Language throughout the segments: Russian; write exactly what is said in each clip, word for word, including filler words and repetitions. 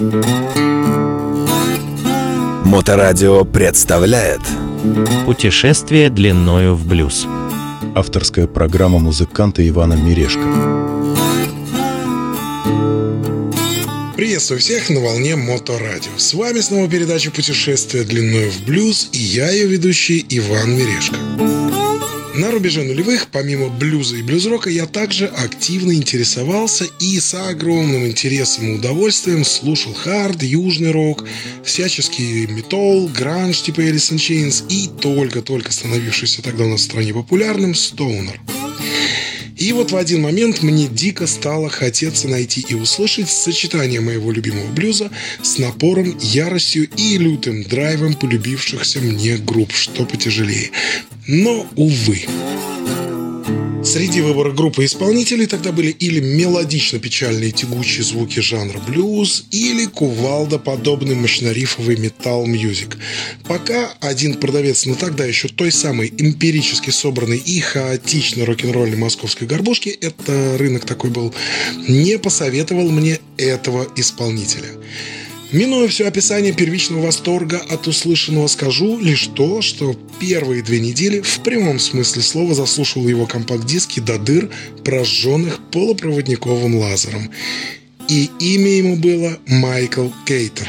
Моторадио представляет Путешествие длиною в блюз. Авторская программа музыканта Ивана Мирешко. Приветствую всех на волне Моторадио. С вами снова передача «Путешествие длиною в блюз» и я, ее ведущий Иван Мирешко. На рубеже нулевых, помимо блюза и блюз-рока, я также активно интересовался и с огромным интересом и удовольствием слушал хард, южный рок, всяческий метал, гранж типа Alice in Chains и только-только становившийся тогда у нас в стране популярным стоунер. И вот в один момент мне дико стало хотеться найти и услышать сочетание моего любимого блюза с напором, яростью и лютым драйвом полюбившихся мне групп, что потяжелее. Но, увы. Среди выбора группы исполнителей тогда были или мелодично-печальные тягучие звуки жанра блюз, или кувалдоподобный мощнорифовый метал-мьюзик. Пока один продавец на тогда еще той самой эмпирически собранной и хаотичной рок-н-ролльной московской горбушки, это рынок такой был, не посоветовал мне этого исполнителя. Минуя все описание первичного восторга от услышанного, скажу лишь то, что первые две недели в прямом смысле слова заслушивал его компакт-диски до дыр, прожженных полупроводниковым лазером. И имя ему было Майкл Кейтон.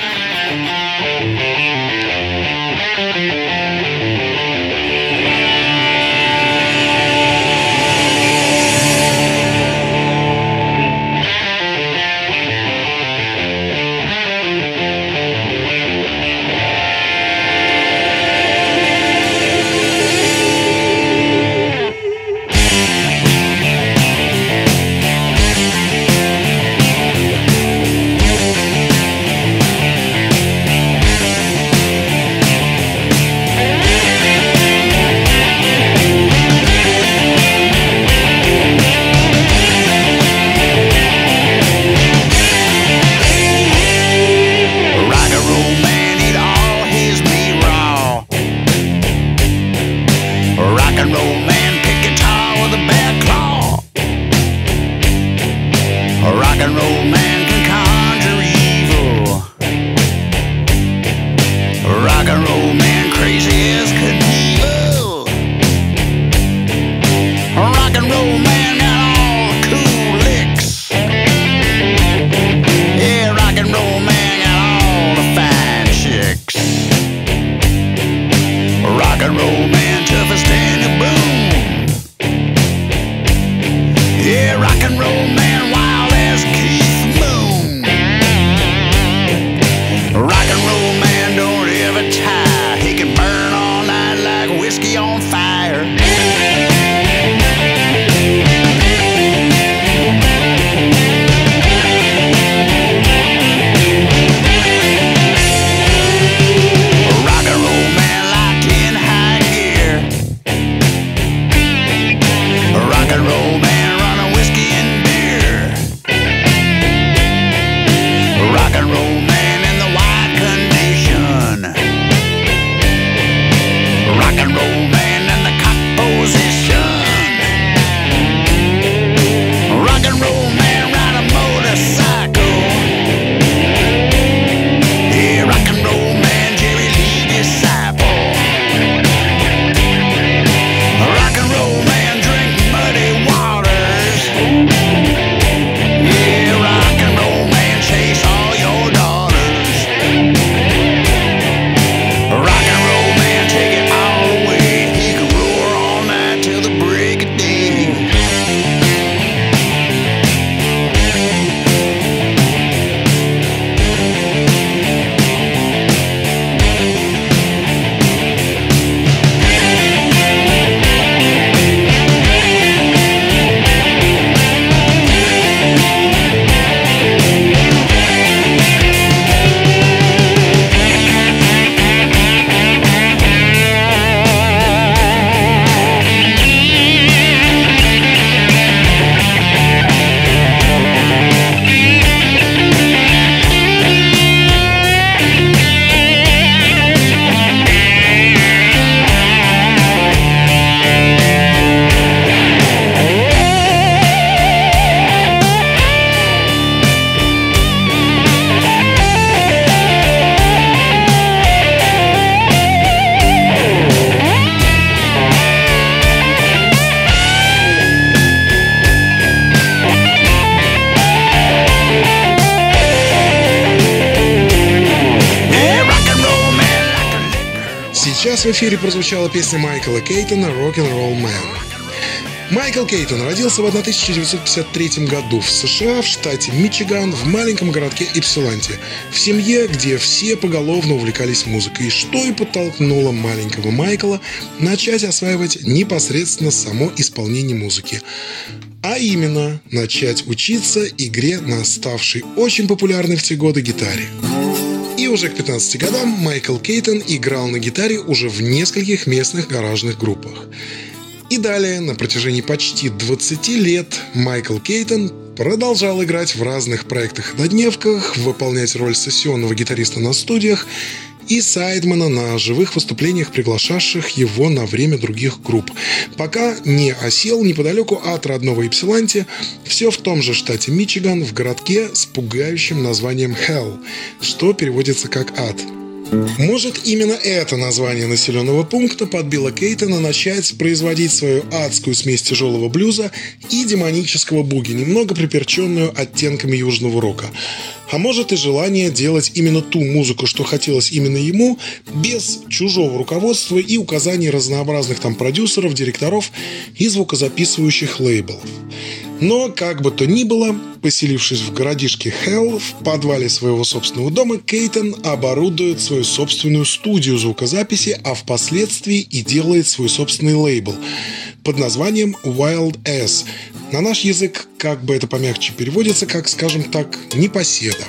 Сейчас в эфире прозвучала песня Майкла Кейтона «Rock'n'Roll Man». Майкл Кейтон родился в тысяча девятьсот пятьдесят третьем году в США, в штате Мичиган, в маленьком городке Ипсиланти, в семье, где все поголовно увлекались музыкой, что и подтолкнуло маленького Майкла начать осваивать непосредственно само исполнение музыки. А именно, начать учиться игре на ставшей очень популярной в те годы гитаре. И уже к пятнадцати годам Майкл Кейтон играл на гитаре уже в нескольких местных гаражных группах. И далее, на протяжении почти двадцати лет, Майкл Кейтон продолжал играть в разных проектах-однодневках, выполнять роль сессионного гитариста на студиях и сайдмена на живых выступлениях, приглашавших его на время других групп, пока не осел неподалеку от родного Ипсиланти, все в том же штате Мичиган, в городке с пугающим названием Hell, что переводится как «ад». Может, именно это название населенного пункта подбило Кейтона начать производить свою адскую смесь тяжелого блюза и демонического буги, немного приперченную оттенками южного рока. А может, и желание делать именно ту музыку, что хотелось именно ему, без чужого руководства и указаний разнообразных там продюсеров, директоров и звукозаписывающих лейблов. Но, как бы то ни было, поселившись в городишке Hell, в подвале своего собственного дома, Кейтон оборудует свою собственную студию звукозаписи, а впоследствии и делает свой собственный лейбл под названием Wild S. На наш язык, как бы это помягче переводится, как, скажем так, непоседа.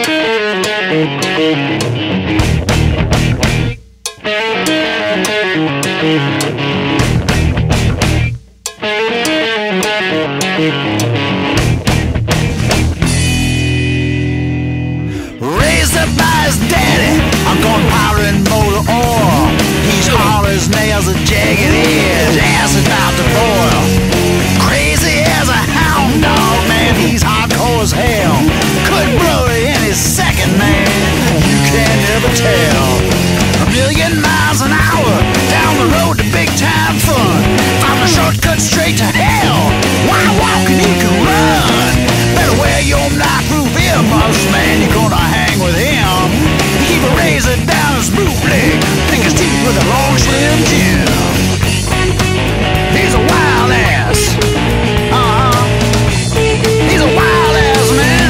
Raised up by his daddy, I'm gonna powder and mold the oil. He's all his nails are jagged edge, ass is about to boil. Crazy as a hound dog, man, he's hardcore as hell. Could blow you any second, man, you can't never tell. A million miles an hour, down the road to big time fun. Found a shortcut straight to hell. Why walking you can run? Better wear your knife-proof earmuffs, man, you're gonna hang with him. He keep a razor down his boot leg, pick his teeth with a long slim Jim. He's a wild ass. Uh-huh. He's a wild ass, man.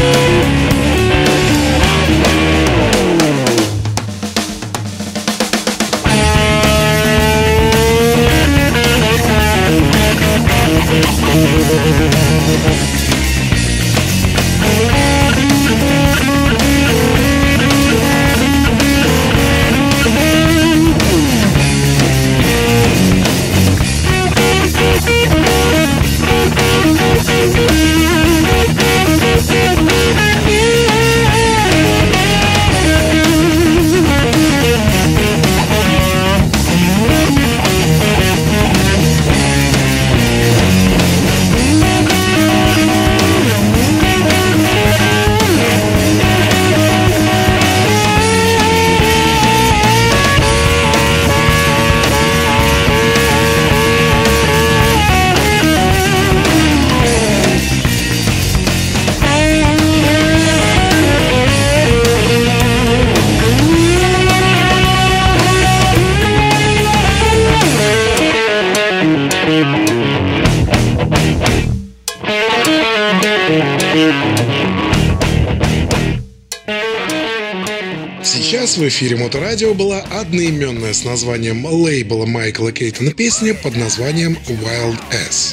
Сейчас в эфире Моторадио была одноименная с названием лейбла Майкла Кейтона песня под названием Wild S.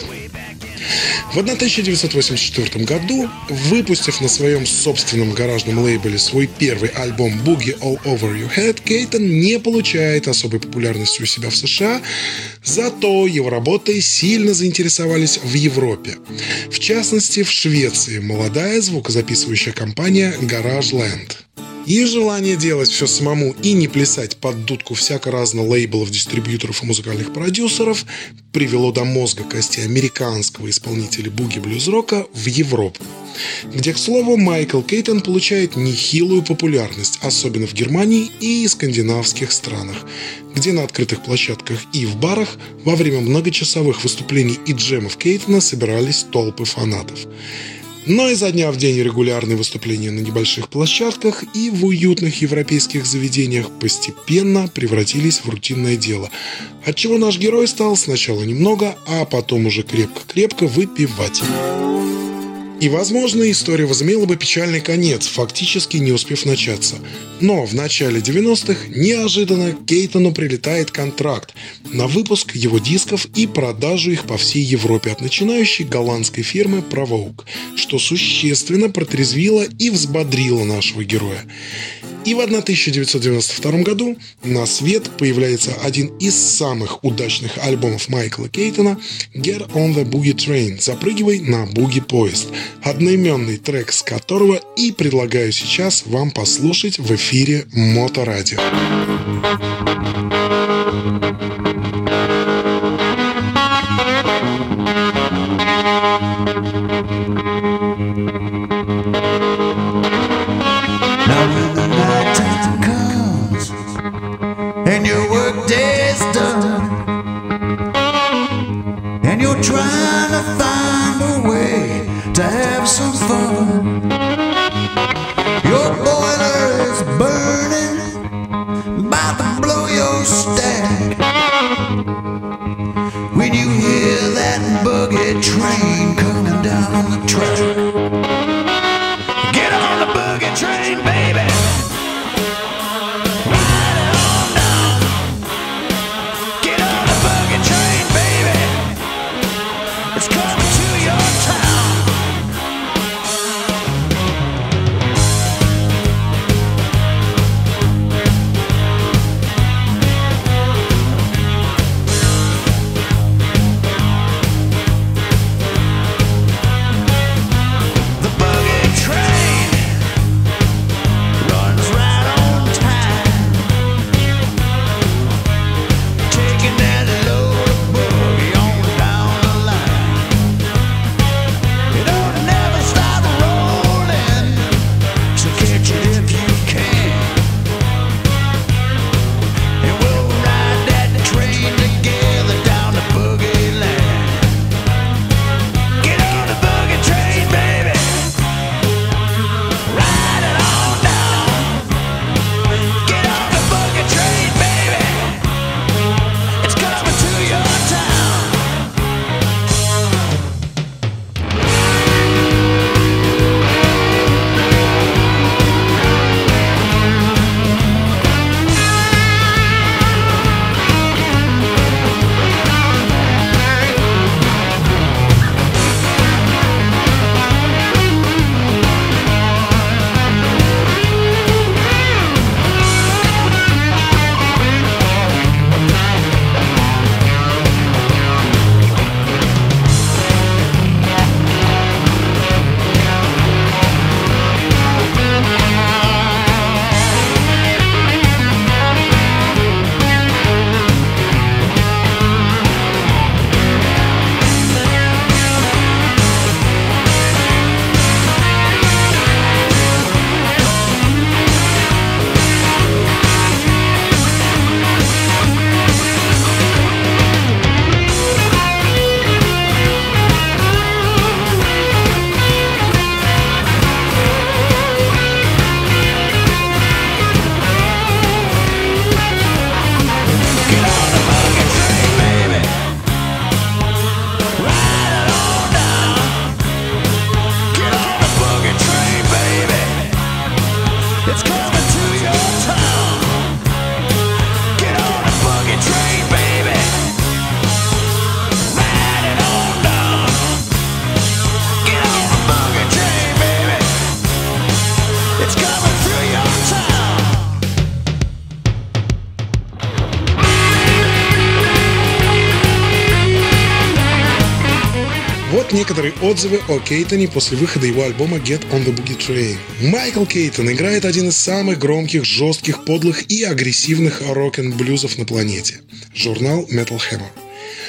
В тысяча девятьсот восемьдесят четвёртом году, выпустив на своем собственном гаражном лейбле свой первый альбом Boogie All Over Your Head, Кейтон не получает особой популярности у себя в США, зато его работой сильно заинтересовались в Европе. В частности, в Швеции молодая звукозаписывающая компания GarageLand. И желание делать все самому и не плясать под дудку всяко-разно лейблов, дистрибьюторов и музыкальных продюсеров привело до мозга кости американского исполнителя буги-блюз-рока в Европу, где, к слову, Майкл Кейтон получает нехилую популярность, особенно в Германии и скандинавских странах, где на открытых площадках и в барах во время многочасовых выступлений и джемов Кейтона собирались толпы фанатов. Но изо дня в день регулярные выступления на небольших площадках и в уютных европейских заведениях постепенно превратились в рутинное дело, отчего наш герой стал сначала немного, а потом уже крепко-крепко выпивать. И, возможно, история возымела бы печальный конец, фактически не успев начаться. Но в начале девяностых неожиданно Кейтону прилетает контракт на выпуск его дисков и продажу их по всей Европе от начинающей голландской фирмы Provoke, что существенно протрезвило и взбодрило нашего героя. И в тысяча девятьсот девяносто втором году на свет появляется один из самых удачных альбомов Майкла Кейтона «Get on the Boogie Train» «Запрыгивай на буги-поезд», одноименный трек с которого и предлагаю сейчас вам послушать в эфире Моторадио. And your work day's done, and you're trying to find a way to have some fun. Your boiler is burning, about to blow your stack. When you hear that boogie train coming down on the track, get on the boogie train, baby. Некоторые отзывы о Кейтоне после выхода его альбома Get on the Boogie Train. Майкл Кейтон играет один из самых громких, жестких, подлых и агрессивных рок-н-блюзов на планете. Журнал Metal Hammer.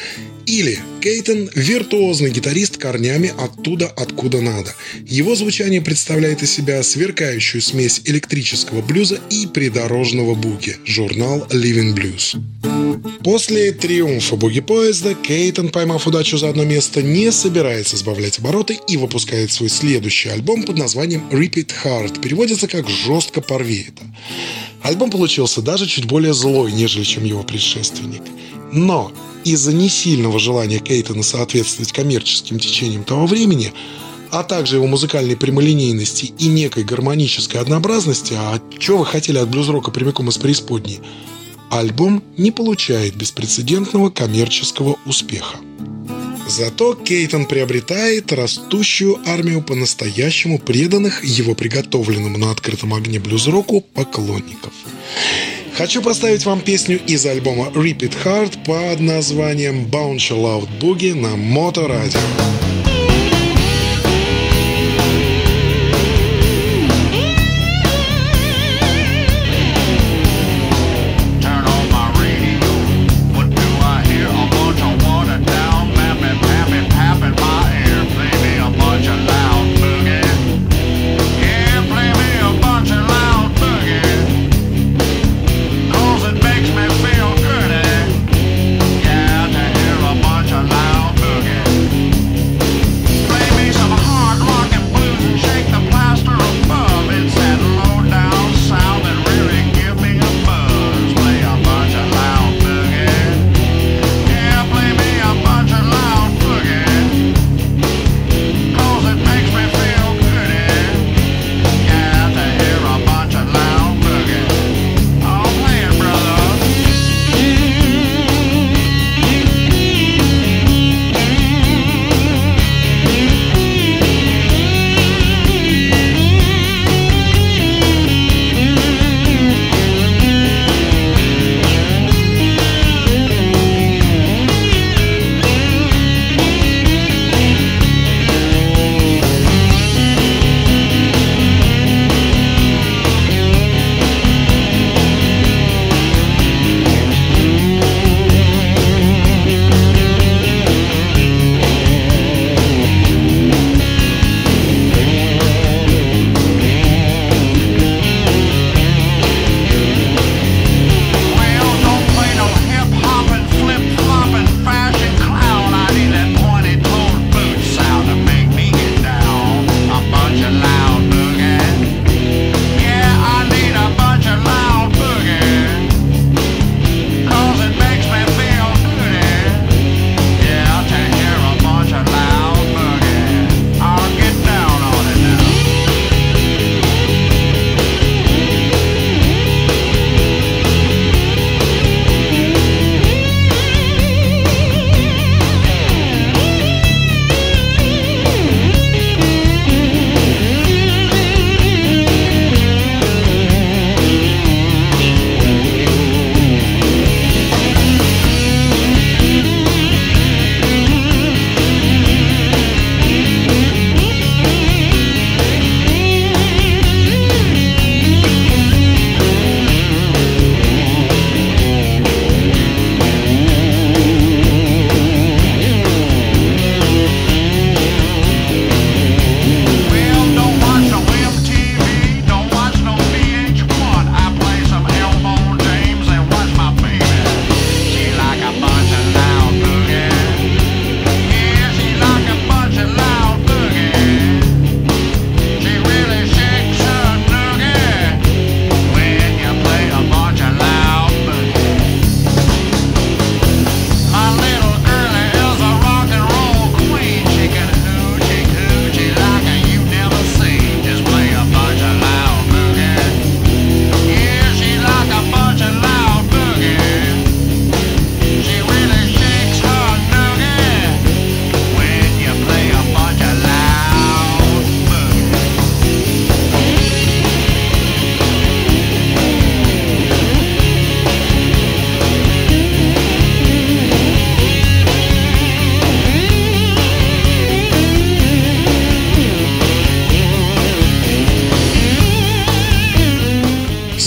Или Кейтон – виртуозный гитарист корнями оттуда, откуда надо. Его звучание представляет из себя сверкающую смесь электрического блюза и придорожного буги. Журнал Living Blues. После триумфа буги-поезда Кейтон, поймав удачу за одно место, не собирается сбавлять обороты и выпускает свой следующий альбом под названием Rip It Hard. Переводится как «Жестко порви это». Альбом получился даже чуть более злой, нежели чем его предшественник. Но из-за несильного желания Кейтона соответствовать коммерческим течениям того времени, а также его музыкальной прямолинейности и некой гармонической однообразности, а что вы хотели от блюз-рока прямиком из преисподней, альбом не получает беспрецедентного коммерческого успеха. Зато Кейтон приобретает растущую армию по-настоящему преданных его приготовленному на открытом огне блюз-року поклонников. Хочу поставить вам песню из альбома Rip It Hard под названием Bounce Loud Boogie на Моторадио. Feel good, yeah, to hear a bunch of loud boogie.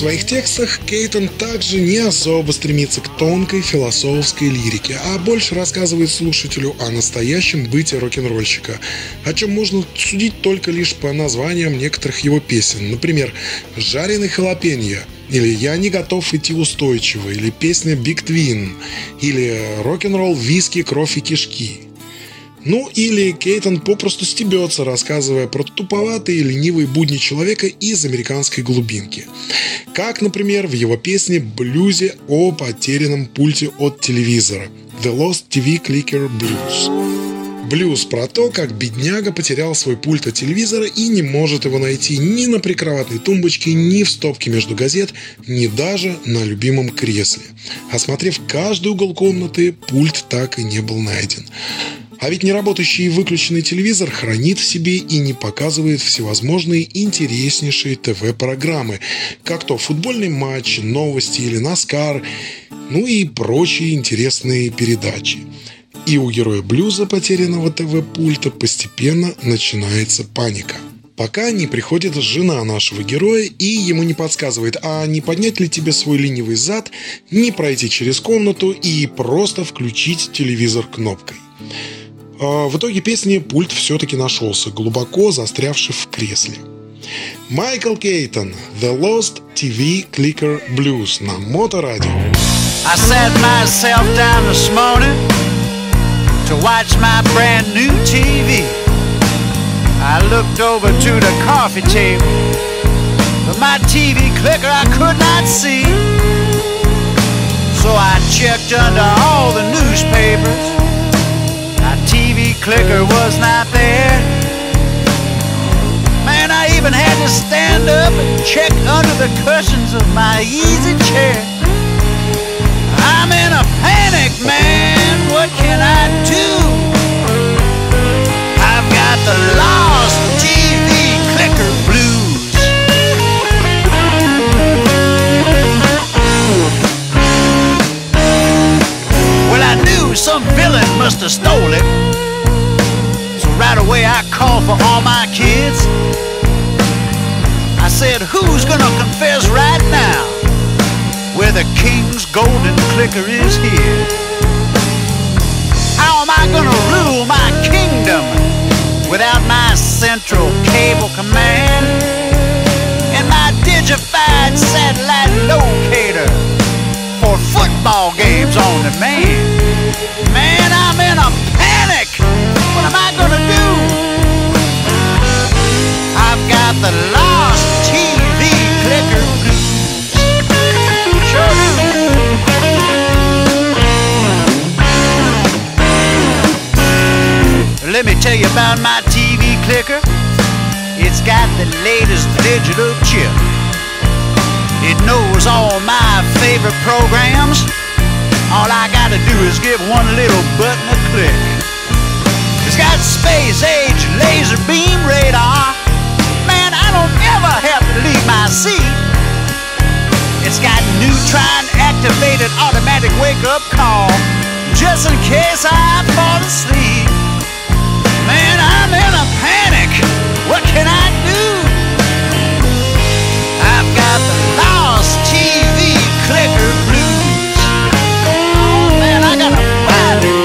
своих текстах Кейтон также не особо стремится к тонкой философской лирике, а больше рассказывает слушателю о настоящем быте рок-н-ролльщика, о чем можно судить только лишь по названиям некоторых его песен. Например, «Жареный халапеньо», или «Я не готов идти устойчиво», или песня «Big Twin», или «Рок-н-ролл, виски, кровь и кишки». Ну или Кейтон попросту стебется, рассказывая про туповатые и ленивые будни человека из американской глубинки. Как, например, в его песне «Блюзе о потерянном пульте от телевизора» «The Lost ти ви Clicker Blues». Блюз про то, как бедняга потерял свой пульт от телевизора и не может его найти ни на прикроватной тумбочке, ни в стопке между газет, ни даже на любимом кресле. Осмотрев каждый угол комнаты, пульт так и не был найден. А ведь неработающий и выключенный телевизор хранит в себе и не показывает всевозможные интереснейшие ТВ-программы, как то футбольный матч, новости или Наскар, ну и прочие интересные передачи. И у героя блюза, потерянного ТВ-пульта, постепенно начинается паника. Пока не приходит жена нашего героя и ему не подсказывает, а не поднять ли тебе свой ленивый зад, не пройти через комнату и просто включить телевизор кнопкой. В итоге песни пульт все-таки нашелся, глубоко застрявший в кресле. Майкл Кейтон, The Lost ти ви Clicker Blues на Моторадио. I sat myself down this morning to watch my brand new ти ви. I looked over to the coffee table, but my ти ви clicker I could not see. So I checked under all the newspapers. My ти ви clicker was not there. Man, I even had to stand up and check under the cushions of my easy chair. I'm in a panic, man. What can I do? I've got the lost ти ви clicker blues. Well, I knew some villain must have stole it. So right away I called for all my kids. I said, who's gonna confess right now where the king's golden clicker is here? How am I gonna rule my kingdom without my central cable command and my digified satellite locator for football games on demand? Man, I'm in a panic. What am I gonna do? I've got the lost ти ви clicker blues. Sure do. Let me tell you about my ти ви clicker. It's got the latest digital chip. It knows all my favorite programs. All I gotta do is give one little button a click. It's got space age laser beam radar. Man, I don't ever have to leave my seat. It's got neutron activated automatic wake up call just in case I fall asleep. Man, I'm in a panic. What can I do? I've got the lost ти ви clicker blues. Oh man, I gotta find it.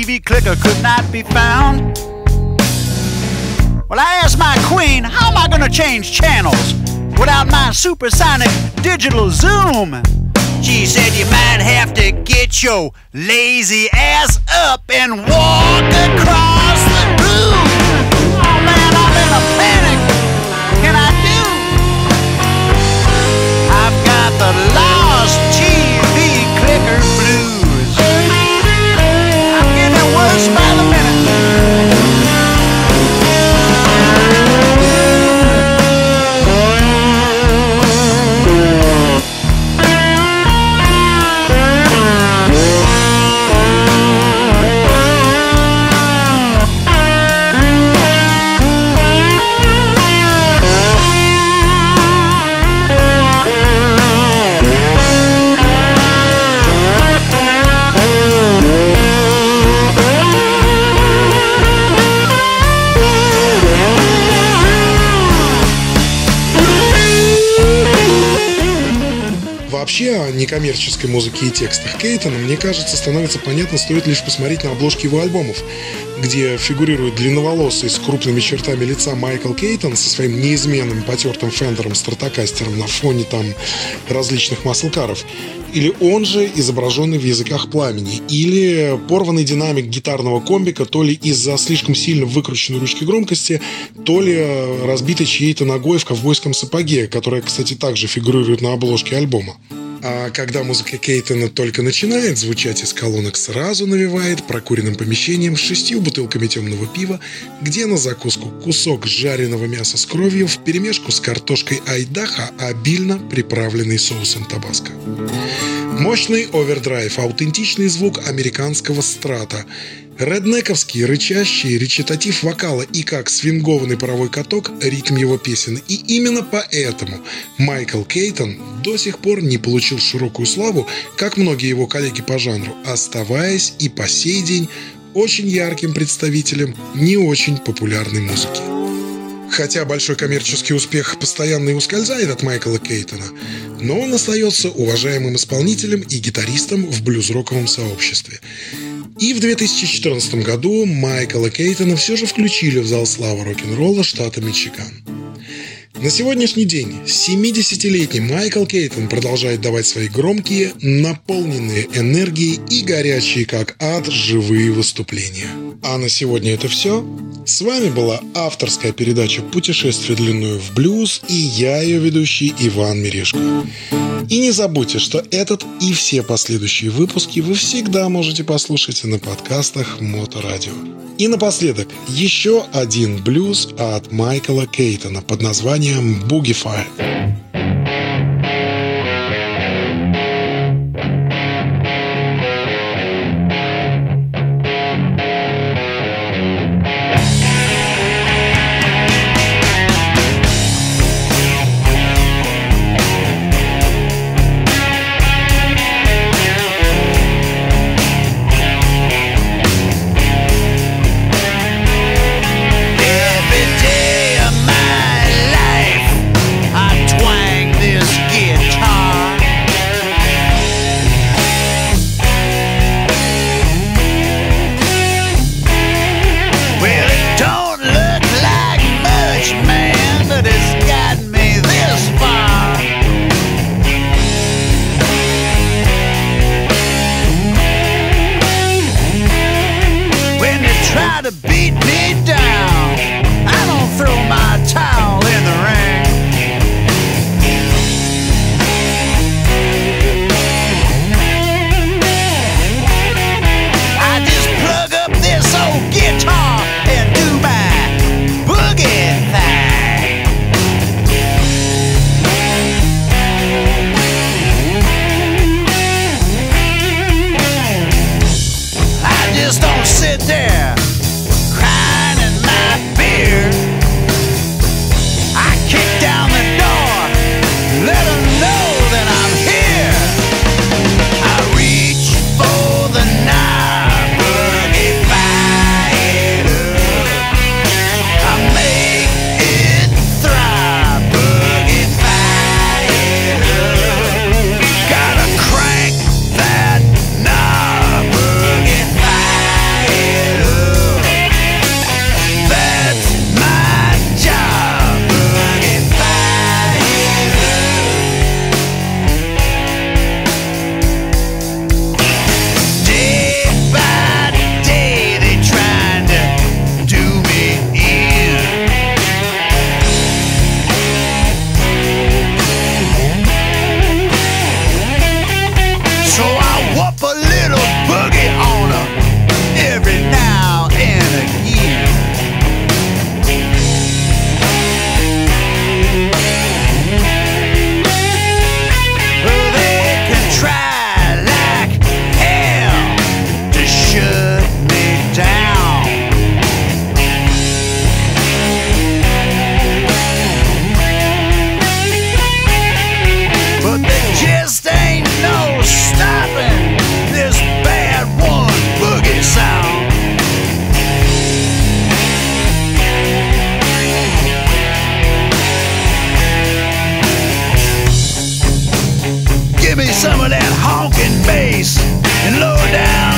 Clicker could not be found. Well, I asked my queen, how am I gonna change channels without my supersonic digital zoom. She said you might have to get your lazy ass up and walk across the room. Oh man, I'm in a panic. What can I do? I've got the lost T V clicker blues. I'm getting worse by the minute. Вообще о некоммерческой музыке и текстах Кейтона, мне кажется, становится понятно, стоит лишь посмотреть на обложки его альбомов, где фигурирует длинноволосый с крупными чертами лица Майкл Кейтон со своим неизменным потертым фендером стратокастером на фоне там различных маслкаров, или он же изображенный в языках пламени, или порванный динамик гитарного комбика то ли из-за слишком сильно выкрученной ручки громкости, то ли разбитой чьей-то ногой в ковбойском сапоге, которая, кстати, также фигурирует на обложке альбома. А когда музыка Кейтона только начинает звучать из колонок, сразу навевает прокуренным помещением с шестью бутылками темного пива, где на закуску кусок жареного мяса с кровью вперемешку с картошкой айдаха, обильно приправленный соусом табаско. Мощный овердрайв, аутентичный звук американского страта, реднековский рычащий речитатив вокала и, как свингованный паровой каток, ритм его песен. И именно поэтому Майкл Кейтон до сих пор не получил широкую славу, как многие его коллеги по жанру, оставаясь и по сей день очень ярким представителем не очень популярной музыки. Хотя большой коммерческий успех постоянно и ускользает от Майкла Кейтона, но он остается уважаемым исполнителем и гитаристом в блюз-роковом сообществе. И в две тысячи четырнадцатом году Майкла Кейтона все же включили в зал славы рок-н-ролла штата Мичиган. На сегодняшний день семидесятилетний Майкл Кейтон продолжает давать свои громкие, наполненные энергией и горячие как ад живые выступления. А на сегодня это все. С вами была авторская передача «Путешествие длиною в блюз» и я, ее ведущий Иван Мирешко. И не забудьте, что этот и все последующие выпуски вы всегда можете послушать на подкастах Моторадио. И напоследок еще один блюз от Майкла Кейтона под названием «Boogiefied». Every day of my life I twine some of that honking bass and low down